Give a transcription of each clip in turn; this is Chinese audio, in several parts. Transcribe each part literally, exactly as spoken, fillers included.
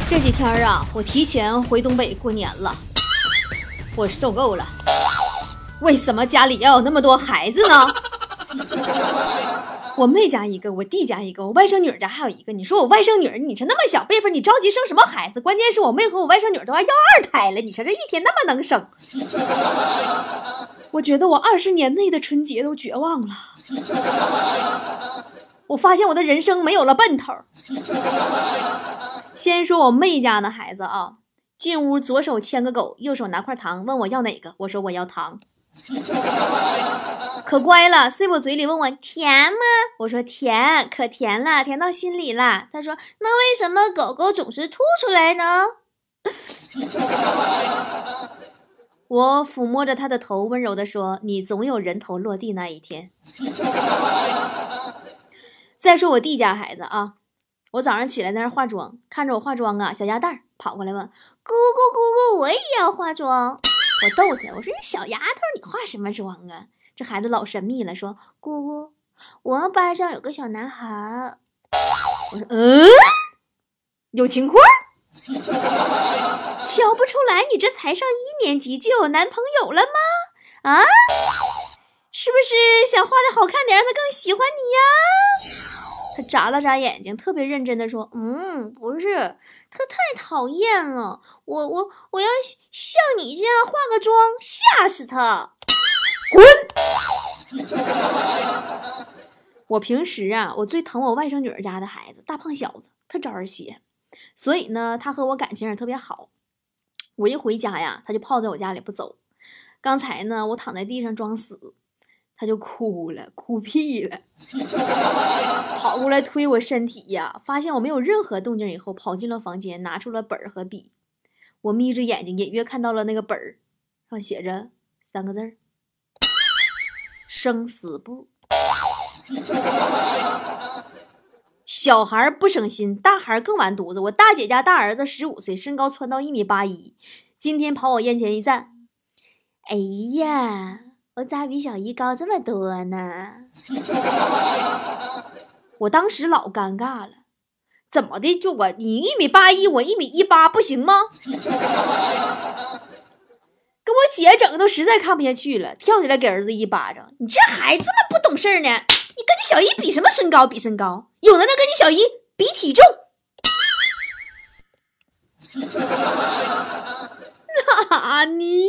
这几天啊，我提前回东北过年了，我受够了。为什么家里要有那么多孩子呢？我妹家一个，我弟家一个，我外甥女家还有一个。你说我外甥女，你这那么小辈分，你着急生什么孩子？关键是我妹和我外甥女都要要二胎了，你说这一天那么能生？我觉得我二十年内的春节都绝望了。我发现我的人生没有了奔头。先说我妹家的孩子啊，进屋左手牵个狗，右手拿块糖，问我要哪个，我说我要糖。可乖了，塞我嘴里问我甜吗？我说甜，可甜了，甜到心里了。他说那为什么狗狗总是吐出来呢？我抚摸着他的头，温柔地说，你总有人头落地那一天。再说我弟家孩子啊，我早上起来在那化妆，看着我化妆啊，小鸭蛋跑过来问姑姑姑姑，我也要化妆。我逗他，我说小丫头你化什么妆啊？这孩子老神秘了，说姑姑，我们班上有个小男孩。我说嗯，有情况？瞧不出来你这才上一年级就有男朋友了吗？啊，是不是想画的好看点让他更喜欢你呀？他眨了眨眼睛，特别认真的说，嗯，不是，他太讨厌了，我我我要像你这样化个妆吓死他。滚！我平时啊，我最疼我外甥女儿家的孩子，大胖小子，特招人稀罕，所以呢，他和我感情也特别好。我一回家呀，他就泡在我家里不走。刚才呢，我躺在地上装死，他就哭了，哭屁了，跑过来推我身体呀，发现我没有任何动静以后，跑进了房间，拿出了本儿和笔。我眯着眼睛，隐约看到了那个本儿上写着三个字儿：生死簿。小孩不省心，大孩更完犊子。我大姐家大儿子十五岁，身高窜到一米八一，今天跑我眼前一站，哎呀，我咋比小姨高这么多呢？我当时老尴尬了，怎么的？就我你一米八一，我一米一八，不行吗？给我姐整的都实在看不下去了，跳起来给儿子一巴掌。你这孩子们不懂事呢，你跟你小姨比什么身高？比身高，有的那跟你小姨比体重。哪你？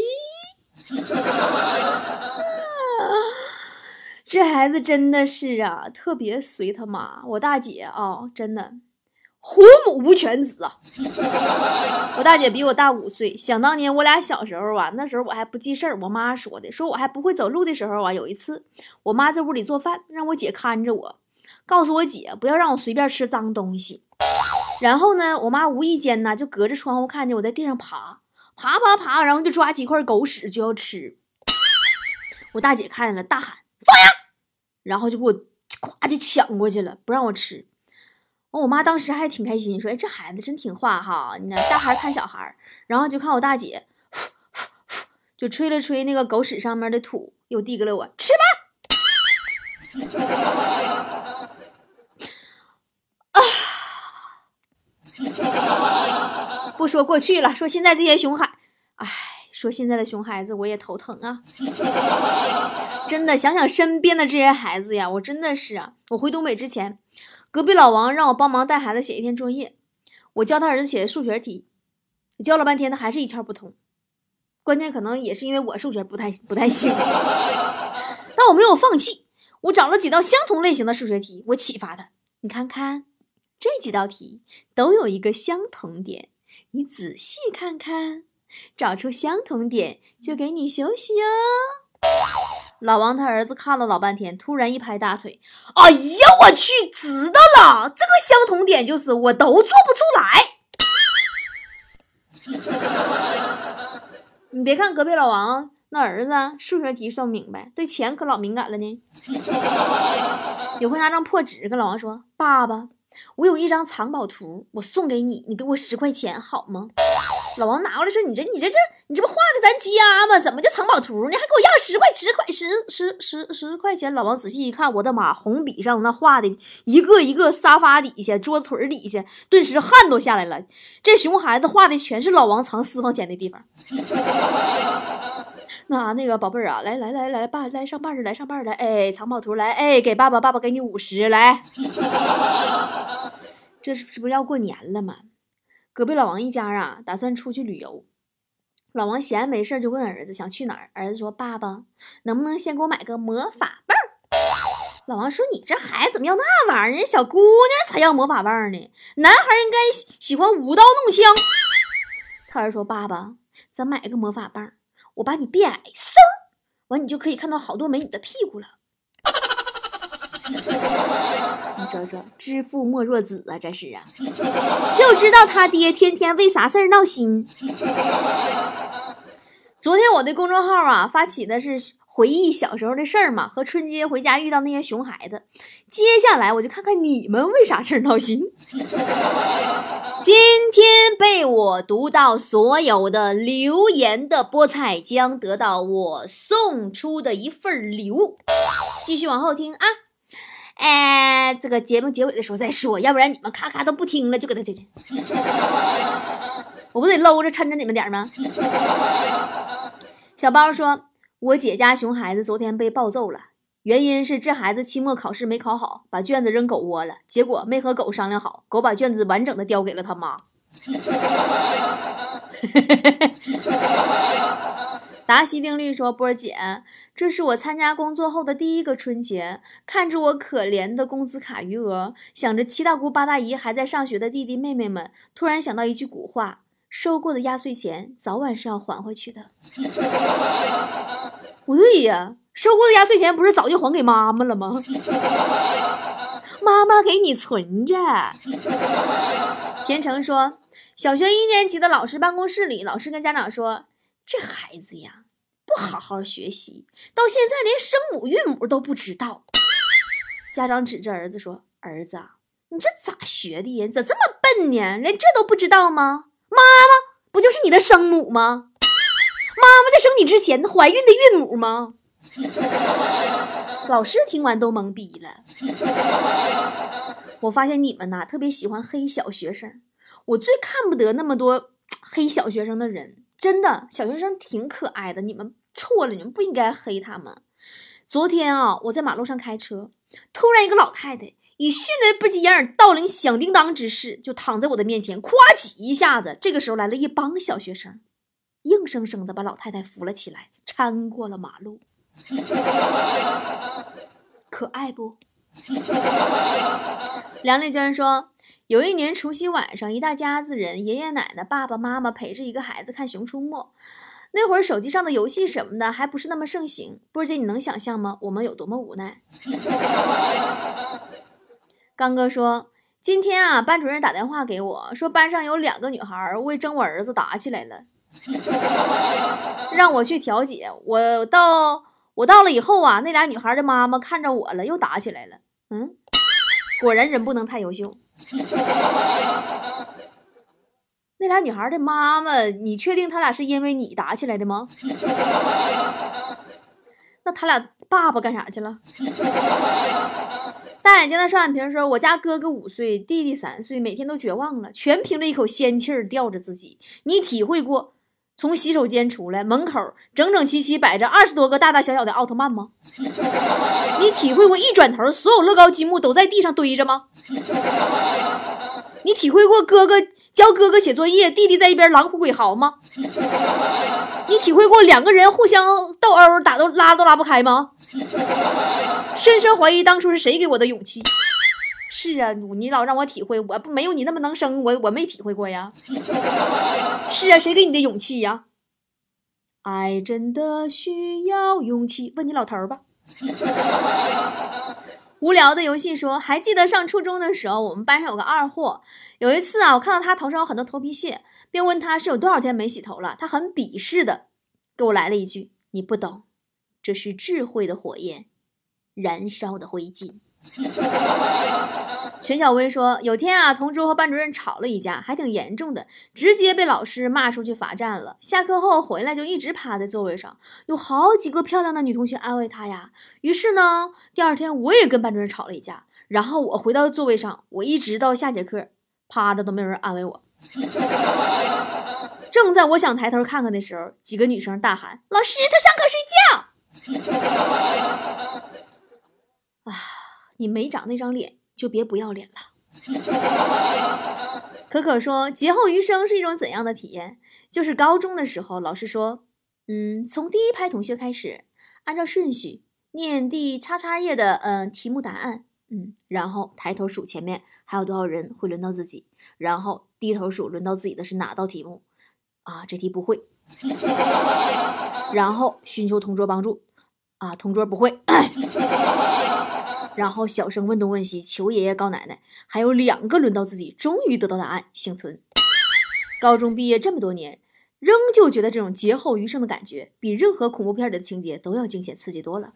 这孩子真的是啊，特别随他妈。我大姐啊，真的虎母无犬子啊。我大姐比我大五岁，想当年我俩小时候啊，那时候我还不记事儿，我妈说的，说我还不会走路的时候啊，有一次我妈在屋里做饭，让我姐看着我，告诉我姐不要让我随便吃脏东西。然后呢，我妈无意间呢就隔着窗户看见我在地上爬爬爬爬，然后就抓几块狗屎就要吃。我大姐看见了，大喊放下，然后就给我咵就抢过去了，不让我吃。我妈当时还挺开心，说：“哎，这孩子真听话哈，你大孩看小孩。”然后就看我大姐，呼呼呼就吹了吹那个狗屎上面的土，又递给了我，吃吧。啊！不说过去了，说现在这些熊孩，哎，说现在的熊孩子我也头疼啊。真的想想身边的这些孩子呀，我真的是啊，我回东北之前。隔壁老王让我帮忙带孩子写一天作业，我教他儿子写的数学题，教了半天他还是一窍不通，关键可能也是因为我数学不太不太行。但我没有放弃，我找了几道相同类型的数学题，我启发他，你看看这几道题都有一个相同点，你仔细看看，找出相同点就给你休息哦。老王他儿子看了老半天，突然一拍大腿，哎呀我去，知道了，这个相同点就是我都做不出来。你别看隔壁老王那儿子数学题算不明白，对钱可老敏感了呢。有回拿张破纸跟老王说，爸爸，我有一张藏宝图，我送给你，你给我十块钱好吗？ 老王拿过来说：“你这你这这你这不画的咱家吗？怎么叫藏宝图？你还给我要十块十块十十十十块钱？”老王仔细一看，我的妈！红笔上那画的一个一个沙发底下、桌子腿底下，顿时汗都下来了。这熊孩子画的全是老王藏私房钱的地方。那那个宝贝儿啊，来来来来，爸来上班儿来上班儿来，哎，藏宝图来，哎，给爸爸，爸爸给你五十来。这是这不要过年了吗？隔壁老王一家啊，打算出去旅游。老王闲没事就问儿子想去哪儿，儿子说：“爸爸，能不能先给我买个魔法棒？”老王说：“你这孩子怎么要那玩意儿？人小姑娘才要魔法棒呢，男孩应该喜欢舞刀弄枪。”他儿子说：“爸爸，咱买个魔法棒，我把你变矮，嗖，完你就可以看到好多美女的屁股了。”你说说，知父莫若子啊，这是啊，就知道他爹天天为啥事儿闹心。昨天我的公众号啊发起的是回忆小时候的事儿嘛，和春节回家遇到那些熊孩子。接下来我就看看你们为啥事儿闹心。今天被我读到所有的留言的菠菜将得到我送出的一份礼物。继续往后听啊。哎，这个节目结尾的时候再说，要不然你们咔咔都不听了，就给他这这，我不得搂着抻着你们点吗？小包说，我姐家熊孩子昨天被暴揍了，原因是这孩子期末考试没考好，把卷子扔狗窝了，结果没和狗商量好，狗把卷子完整的叼给了他妈。达西定律说，波儿姐，这是我参加工作后的第一个春节，看着我可怜的工资卡余额，想着七大姑八大姨还在上学的弟弟妹妹们，突然想到一句古话，收过的压岁钱早晚是要还回去的。不对呀，收过的压岁钱不是早就还给妈妈了吗？妈妈给你存着。田成说，小学一年级的老师办公室里，老师跟家长说，这孩子呀不好好学习，到现在连声母韵母都不知道。家长指着儿子说，儿子啊，你这咋学的呀？你咋这么笨呢？连这都不知道吗？妈妈不就是你的生母吗？妈妈在生你之前怀孕的孕母吗？老师听完都懵逼了。我发现你们呐特别喜欢黑小学生，我最看不得那么多黑小学生的人，真的，小学生挺可爱的，你们错了，你们不应该黑他们。昨天啊，我在马路上开车，突然一个老太太以迅雷不及掩耳盗铃响叮当之势就躺在我的面前，夸叽一下子，这个时候来了一帮小学生，硬生生的把老太太扶了起来，搀过了马路。可爱不？梁丽娟说，有一年除夕晚上，一大家子人，爷爷奶奶、爸爸妈妈陪着一个孩子看《熊出没》。那会儿手机上的游戏什么的还不是那么盛行，波儿姐你能想象吗？我们有多么无奈。刚哥说，今天啊，班主任打电话给我说，班上有两个女孩为争我儿子打起来了，让我去调解。我到我到了以后啊，那俩女孩的妈妈看着我了，又打起来了。嗯，果然人不能太优秀。那俩女孩的妈妈，你确定他俩是因为你打起来的吗？那他俩爸爸干啥去了？大眼睛的双眼皮说，我家哥哥五岁，弟弟三岁，每天都绝望了，全凭着一口仙气儿吊着自己。你体会过从洗手间出来，门口整整齐齐摆着二十多个大大小小的奥特曼吗？你体会过一转头所有乐高积木都在地上堆着吗？你体会过哥哥教哥哥写作业，弟弟在一边狼虎鬼嚎吗？你体会过两个人互相斗殴打都拉都拉不开吗？深深怀疑当初是谁给我的勇气。是啊，你老让我体会，我不没有你那么能生，我我没体会过呀。是啊，谁给你的勇气呀？爱真的需要勇气，问你老头吧。无聊的游戏说，还记得上初中的时候，我们班上有个二货，有一次啊，我看到他头上有很多头皮屑，便问他是有多少天没洗头了，他很鄙视的给我来了一句，你不懂，这是智慧的火焰燃烧的灰烬。 全小薇说，有天啊，同桌和班主任吵了一架，还挺严重的，直接被老师骂出去罚站了。下课后回来就一直趴在座位上，有好几个漂亮的女同学安慰他呀。于是呢，第二天我也跟班主任吵了一架，然后我回到座位上，我一直到下节课趴着都没有人安慰我。正在我想抬头看看的时候，几个女生大喊：“老师，他上课睡觉！”啊，你没长那张脸，就别不要脸了。可可说，劫后余生是一种怎样的体验？就是高中的时候，老师说，嗯，从第一排同学开始，按照顺序念第叉叉页的呃题目答案，嗯，然后抬头数前面还有多少人会轮到自己，然后低头数轮到自己的是哪道题目啊？这题不会，然后寻求同桌帮助啊，同桌不会。然后小声问东问西，求爷爷告奶奶，还有两个轮到自己，终于得到答案，幸存。高中毕业这么多年，仍旧觉得这种劫后余生的感觉，比任何恐怖片里的情节都要惊险刺激多了。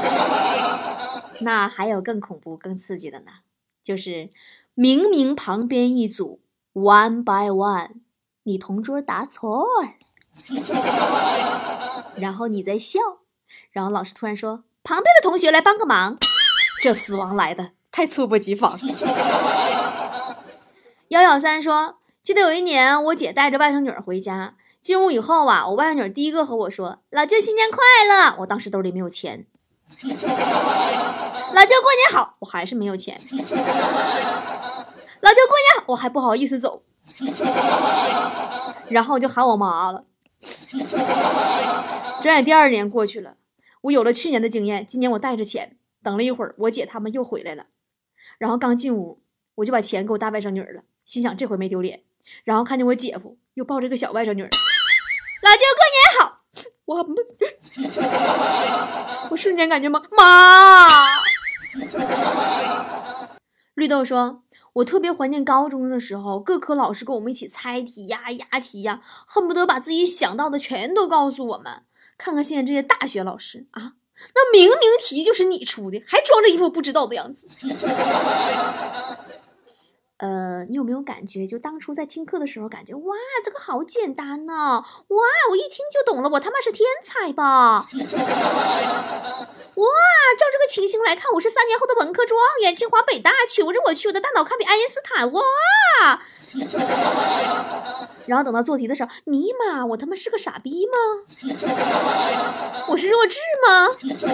那还有更恐怖、更刺激的呢，就是明明旁边一组 one by one， 你同桌答错了，然后你在笑，然后老师突然说，旁边的同学来帮个忙。这死亡来的太猝不及防。幺幺三说，记得有一年我姐带着外甥女儿回家，进屋以后啊，我外甥女儿第一个和我说，老舅新年快乐。我当时兜里没有钱。老舅过年好，我还是没有钱。老舅过年好，我还不好意思走。然后我就喊我妈了。转眼第二年过去了，我有了去年的经验，今年我带着钱。等了一会儿，我姐他们又回来了，然后刚进屋，我就把钱给我大外甥女儿了，心想这回没丢脸。然后看见我姐夫又抱着一个小外甥女儿，老舅过年好，我我瞬间感觉妈妈。绿豆说，我特别怀念高中的时候，各科老师跟我们一起猜题呀、押题呀，恨不得把自己想到的全都告诉我们。看看现在这些大学老师啊，那明明题就是你出的，还装着一副不知道的样子。呃，你有没有感觉，就当初在听课的时候，感觉哇，这个好简单呢、啊，哇，我一听就懂了，我他妈是天才吧？哇，照这个情形来看，我是三年后的文科状元，清华北大，求着我去，我的大脑堪比爱因斯坦，哇！然后等到做题的时候，尼玛，我他妈是个傻逼吗？我是弱智吗？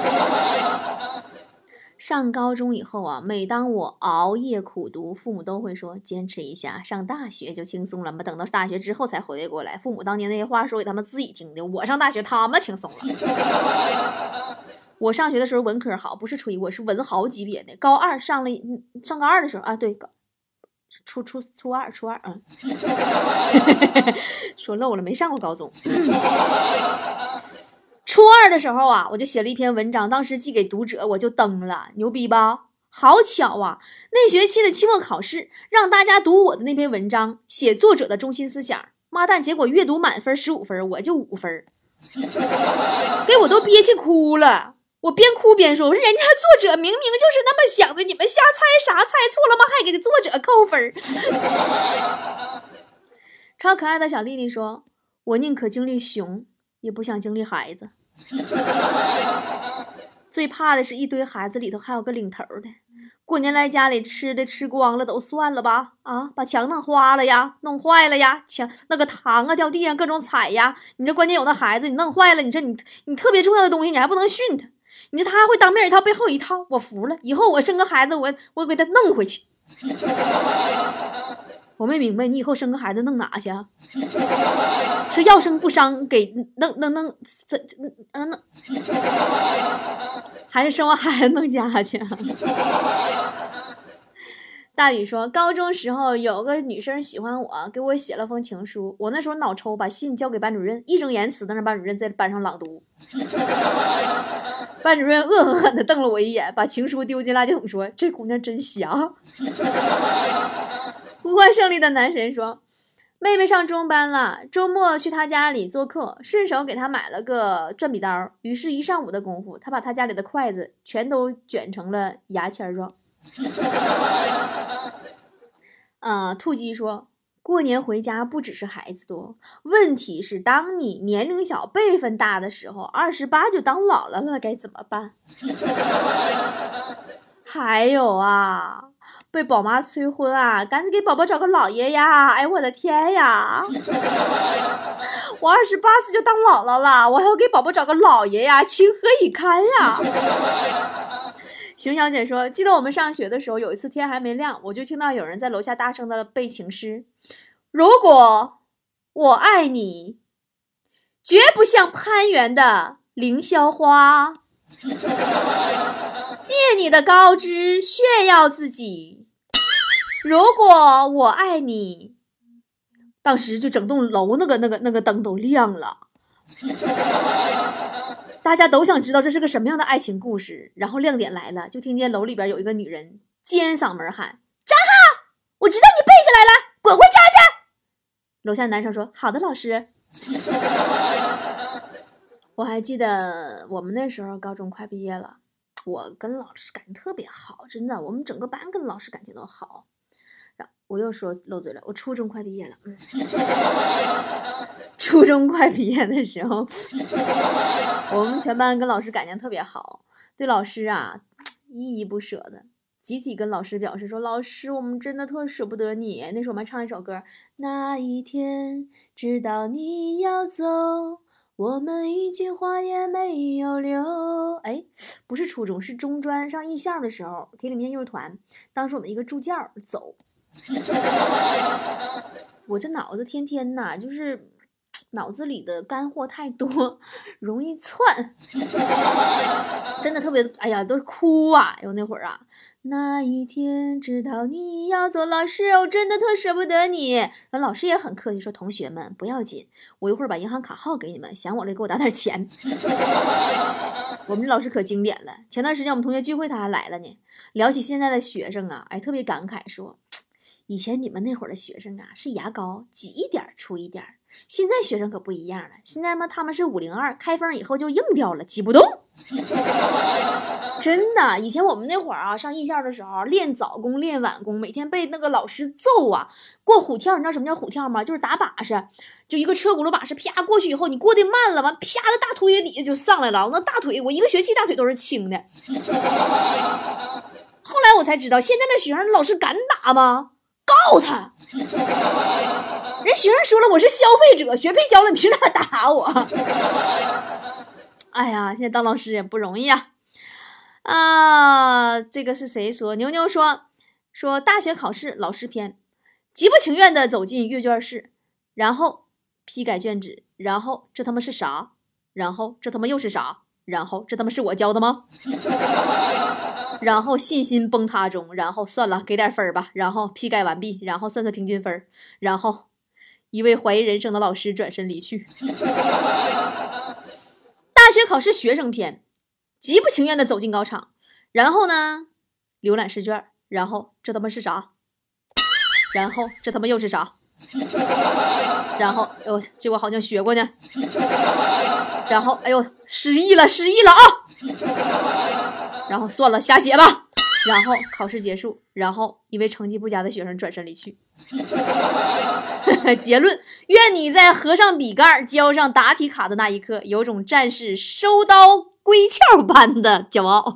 上高中以后啊，每当我熬夜苦读，父母都会说坚持一下，上大学就轻松了嘛。等到大学之后才回味过来，父母当年那些话说给他们自己听的。我上大学他们轻松了。我上学的时候文科好，不是吹，我是文豪级别的。高二上了上高二的时候啊，对，初初初二初二啊，嗯、说漏了，没上过高中。初二的时候啊，我就写了一篇文章，当时寄给读者，我就登了，牛逼吧？好巧啊！那学期的期末考试让大家读我的那篇文章，写作者的中心思想。妈蛋，结果阅读满分十五分，我就五分，给我都憋气哭了。我边哭边说：“我说人家作者明明就是那么想的，你们瞎猜啥？猜错了吗？还给作者扣分。”超可爱的小丽丽说：“我宁可经历熊，也不想经历孩子。最怕的是一堆孩子里头还有个领头的。过年来家里吃的吃光了都算了吧，啊，把墙弄花了呀，弄坏了呀，墙那个糖啊掉地上各种踩呀。你这关键有的孩子你弄坏了，你说你你特别重要的东西你还不能训他，你说他还会当面一套背后一套，我服了。以后我生个孩子，我我给他弄回去。”我没明白，你以后生个孩子弄哪去啊？是要生不伤，给弄弄弄这嗯弄，还是生完孩子弄家去啊？大宇说，高中时候有个女生喜欢我，给我写了封情书。我那时候脑抽，把信交给班主任，义正言辞的让班主任在班上朗读。班主任恶狠狠的瞪了我一眼，把情书丢进垃圾桶，说：“这姑娘真瞎。”呼唤胜利的男神说：“ 妹妹上中班了，周末去她家里做客，顺手给她买了个转笔刀。于是，一上午的功夫，她把她家里的筷子全都卷成了牙签状。啊、呃，兔鸡说，过年回家不只是孩子多，问题是当你年龄小、辈分大的时候，二十八就当姥姥了，该怎么办？还有啊。被宝妈催婚啊，赶紧给宝宝找个姥爷呀！哎，我的天呀！我二十八岁就当姥姥了，我还要给宝宝找个姥爷呀，情何以堪呀！熊小姐说，记得我们上学的时候，有一次天还没亮，我就听到有人在楼下大声的背情诗：如果我爱你，绝不像攀援的凌霄花，借你的高枝炫耀自己。如果我爱你，当时就整栋楼那个那个那个灯都亮了，大家都想知道这是个什么样的爱情故事。然后亮点来了，就听见楼里边有一个女人尖嗓门喊：张浩，我知道你背下来了，滚回家去。楼下男生说：好的，老师。我还记得我们那时候高中快毕业了，我跟老师感情特别好，真的，我们整个班跟老师感情都好。我又说漏嘴了，我初中快毕业了。嗯、初中快毕业的时候，我们全班跟老师感情特别好，对老师啊依依不舍的，集体跟老师表示说：老师，我们真的特舍不得你。那时候我们还唱一首歌：那一天知道你要走，我们一句话也没有留。哎，不是初中，是中专上艺校的时候，铁岭面幼儿团，当时我们一个助教走。我这脑子天天呐，就是脑子里的干货太多，容易窜，真的特别，哎呀，都是哭啊！有那会儿啊，那一天知道你要走，老师，我真的特舍不得你。然后老师也很客气说：同学们不要紧，我一会儿把银行卡号给你们，想我了给我打点钱。我们这老师可经典了，前段时间我们同学聚会他还来了呢，聊起现在的学生啊，哎，特别感慨说。以前你们那会儿的学生啊，是牙膏挤一点出一点，现在学生可不一样了。现在嘛，他们是五零二，开封以后就硬掉了，挤不动。真的，以前我们那会儿啊，上艺校的时候练早功练晚功，每天被那个老师揍啊。过虎跳，你知道什么叫虎跳吗？就是打把式，就一个车轱辘把式，啪过去以后，你过得慢了，完啪的大腿底下就上来了。我那大腿，我一个学期大腿都是青的。后来我才知道，现在的学生老师敢打吗？告他，人学生说了，我是消费者，学费交了，你凭啥打我？哎呀，现在当老师也不容易啊！啊，这个是谁说？牛牛说说大学考试老师篇，极不情愿的走进阅卷室，然后批改卷纸，然后这他妈是啥？然后这他妈又是啥？然后这他妈是我教的吗？然后信心崩塌中，然后算了，给点分吧，然后批改完毕，然后算算平均分，然后一位怀疑人生的老师转身离去。大学考试学生篇，极不情愿的走进考场，然后呢浏览试卷，然后这他妈是啥？然后这他妈又是啥？然后哎呦，结果好像学过呢。然后哎呦，失忆了，失忆了啊！然后算了，瞎写吧。然后考试结束，然后一位成绩不佳的学生转身离去。结论：愿你在合上笔盖、交上答题卡的那一刻，有种战士收刀归鞘般的骄傲。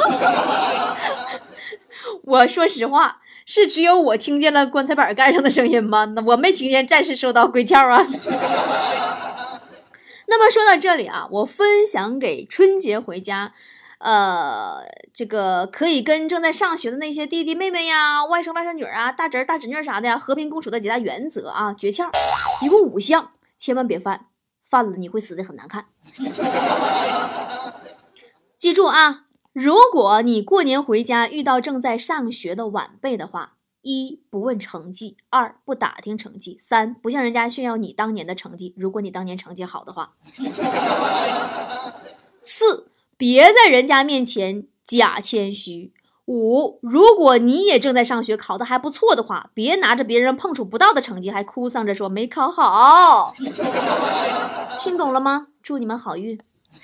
我说实话，是只有我听见了棺材板盖上的声音吗？我没听见战士收刀归鞘啊。那么说到这里啊，我分享给春节回家。呃，这个可以跟正在上学的那些弟弟妹妹呀、外甥外甥女啊、大侄大侄女啥的呀，和平共处的几大原则啊，诀窍，一共五项，千万别犯，犯了你会死得很难看。记住啊，如果你过年回家遇到正在上学的晚辈的话，一不问成绩，二不打听成绩，三不向人家炫耀你当年的成绩，如果你当年成绩好的话，四别在人家面前假谦虚， 五，如果你也正在上学，考得还不错的话，别拿着别人碰触不到的成绩还哭丧着说没考好。听懂了吗？祝你们好运。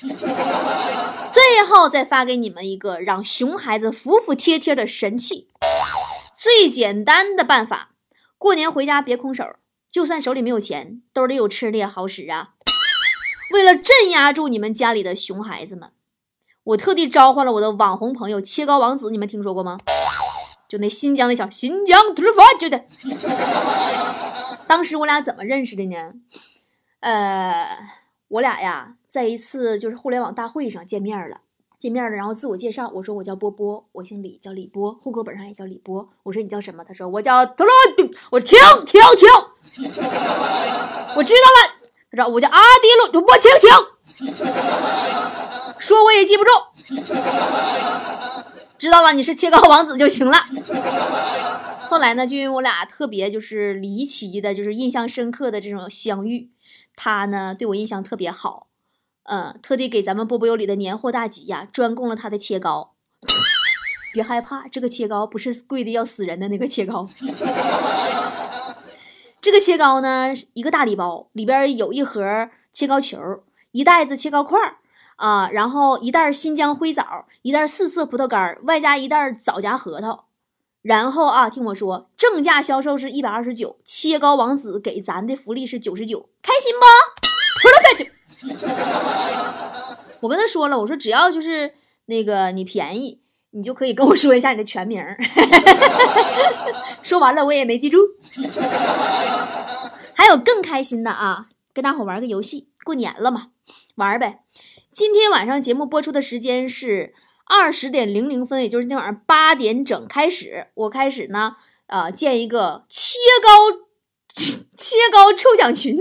最后再发给你们一个让熊孩子服服帖帖的神器，最简单的办法，过年回家别空手，就算手里没有钱，兜里有吃的也好使啊。为了镇压住你们家里的熊孩子们，我特地召唤了我的网红朋友切糕王子，你们听说过吗？就那新疆那小新疆土法就的。当时我俩怎么认识的呢？呃，我俩呀，在一次就是互联网大会上见面了，见面了，然后自我介绍，我说我叫波波，我姓李，叫李波，户口本上也叫李波。我说你叫什么？他说我叫特罗，我停停停，我知道了。他说我叫阿迪鲁，我停停。说我也记不住，知道了，你是切糕王子就行了。后来呢，就因为我俩特别就是离奇的，就是印象深刻的这种相遇，他呢对我印象特别好，嗯，特地给咱们波波有理的年货大吉呀专供了他的切糕。别害怕，这个切糕不是贵的要死人的那个切糕。这个切糕呢，一个大礼包，里边有一盒切糕球，一袋子切糕块啊，然后一袋新疆灰枣，一袋四色葡萄干，外加一袋枣夹核桃。然后啊，听我说，正价销售是一百二十九，切糕王子给咱的福利是九十九，开心不？我跟他说了，我说只要就是那个你便宜，你就可以跟我说一下你的全名。说完了我也没记住。还有更开心的啊，跟大伙玩个游戏，过年了嘛，玩呗。今天晚上节目播出的时间是二十点零零分，也就是今天晚上八点整开始。我开始呢，呃，建一个切糕切糕抽奖群。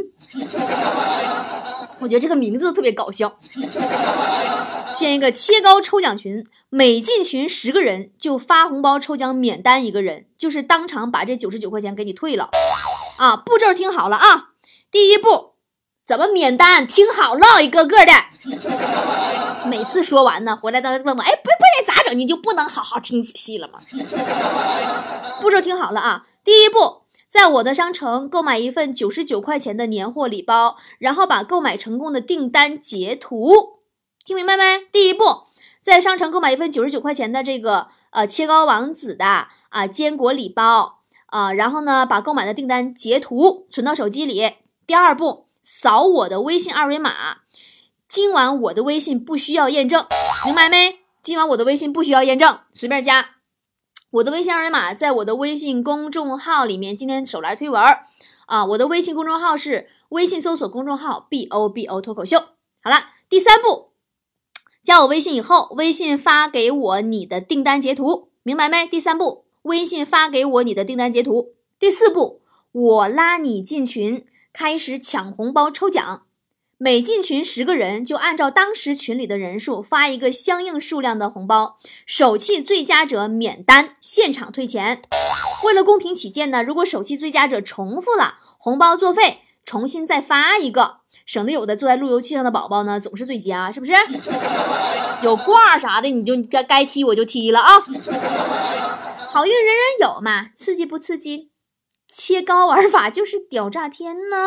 我觉得这个名字特别搞笑。建一个切糕抽奖群，每进群十个人就发红包抽奖免单一个人，就是当场把这九十九块钱给你退了。啊，步骤听好了啊！第一步，怎么免单？听好了，一个个的。每次说完呢，回来都问我，哎，不是不是咋整？你就不能好好听仔细了吗？步骤听好了啊！第一步，在我的商城购买一份九十九块钱的年货礼包，然后把购买成功的订单截图。听明白没？第一步，在商城购买一份九十九块钱的这个呃切糕王子的啊坚果礼包啊、呃，然后呢把购买的订单截图存到手机里。第二步，扫我的微信二维码。今晚我的微信不需要验证，明白没？今晚我的微信不需要验证，随便加。我的微信二维码在我的微信公众号里面，今天手来推文啊，我的微信公众号是微信搜索公众号 B O B O 脱口秀。好了，第三步，加我微信以后，微信发给我你的订单截图，明白没？第三步，微信发给我你的订单截图。第四步，我拉你进群，开始抢红包抽奖。每进群十个人，就按照当时群里的人数发一个相应数量的红包，手气最佳者免单，现场退钱。为了公平起见呢，如果手气最佳者重复了，红包作废，重新再发一个，省得有的坐在路由器上的宝宝呢总是最佳，是不是？有挂啥的你就该该踢我就踢了啊！好运人人有嘛，刺激不刺激？切糕玩法就是屌炸天呢！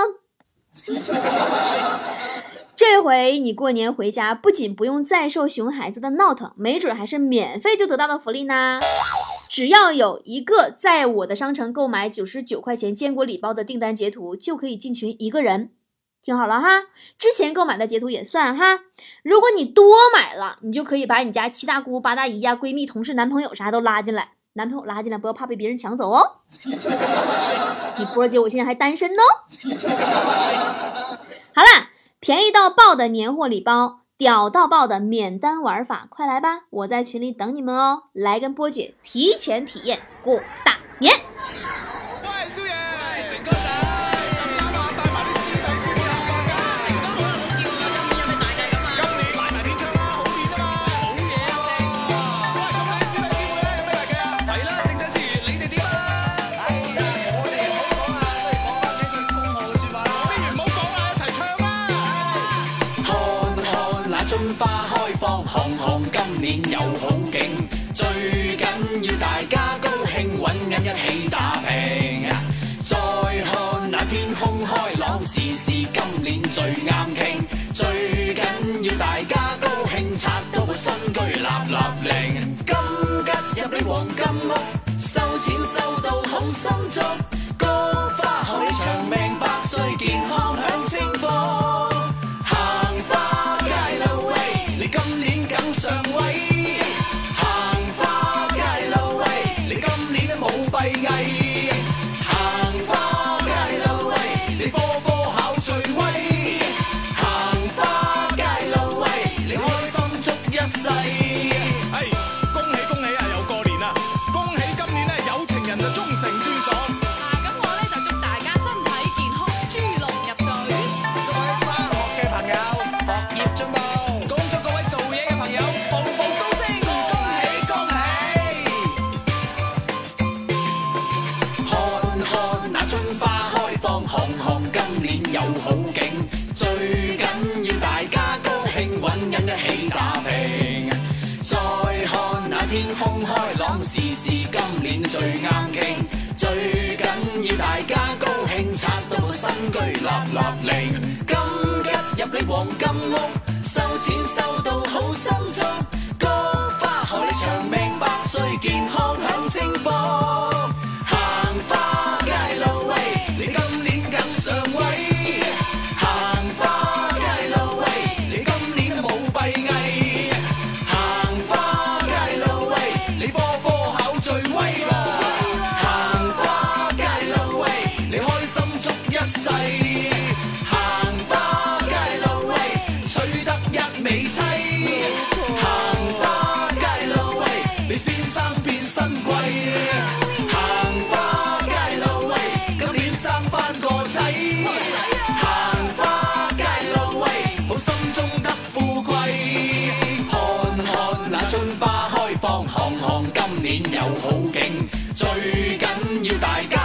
这回你过年回家不仅不用再受熊孩子的闹腾，没准还是免费就得到的福利呢。只要有一个在我的商城购买九十九块钱坚果礼包的订单截图，就可以进群一个人。听好了哈，之前购买的截图也算哈。如果你多买了，你就可以把你家七大姑八大姨呀、闺蜜同事男朋友啥都拉进来，男朋友拉进来不要怕被别人抢走哦。你波姐我现在还单身呢。好啦，便宜到爆的年货礼包，屌到爆的免单玩法，快来吧，我在群里等你们哦，来跟波姐提前体验过大年。 喂，少爺，成哥仔，咁啱啊，帶埋啲師弟師妹行過街。成哥好好叫啊，今年大大咁啊！今年賣埋片槍啦，好片啊嘛，好嘢啊！喂，咁你師弟師妹咧有咩大計啊？係啦，正仔師爺，你哋點啊？係啦，我哋唔好講啦，不如講翻幾句恭賀嘅説話啦。不如唔好講啦，一齊唱啦！看看那春花開放，行行今年有好景，最緊揾緊一起打拼。再看那天空開朗，時時今年最啱傾，最緊要大家高興，拆到部新居立立令。金吉入你黃金屋，收錢收到好心足，菊花學你長命百歲，健康享清福。行花街路喂，你今年梗上位。行花街路喂，你今年都冇閉翳。有好景，最緊要大家高興，揾緊一起打拼。再看那天空開朗，時時今年最啱傾，最緊要大家高興，拆到部新居立立令。金吉入你黃金屋，收錢收到好心足，菊花學你長命百歲，健康享清福。行花街路喂，你今年梗上位。行花街路喂，取得一美妻。行花街路喂，你先生變新貴。行花街路喂，今年生返個仔。行花街路喂，好心中得富貴。看看那春花開放，行行今年有好景，最緊要大家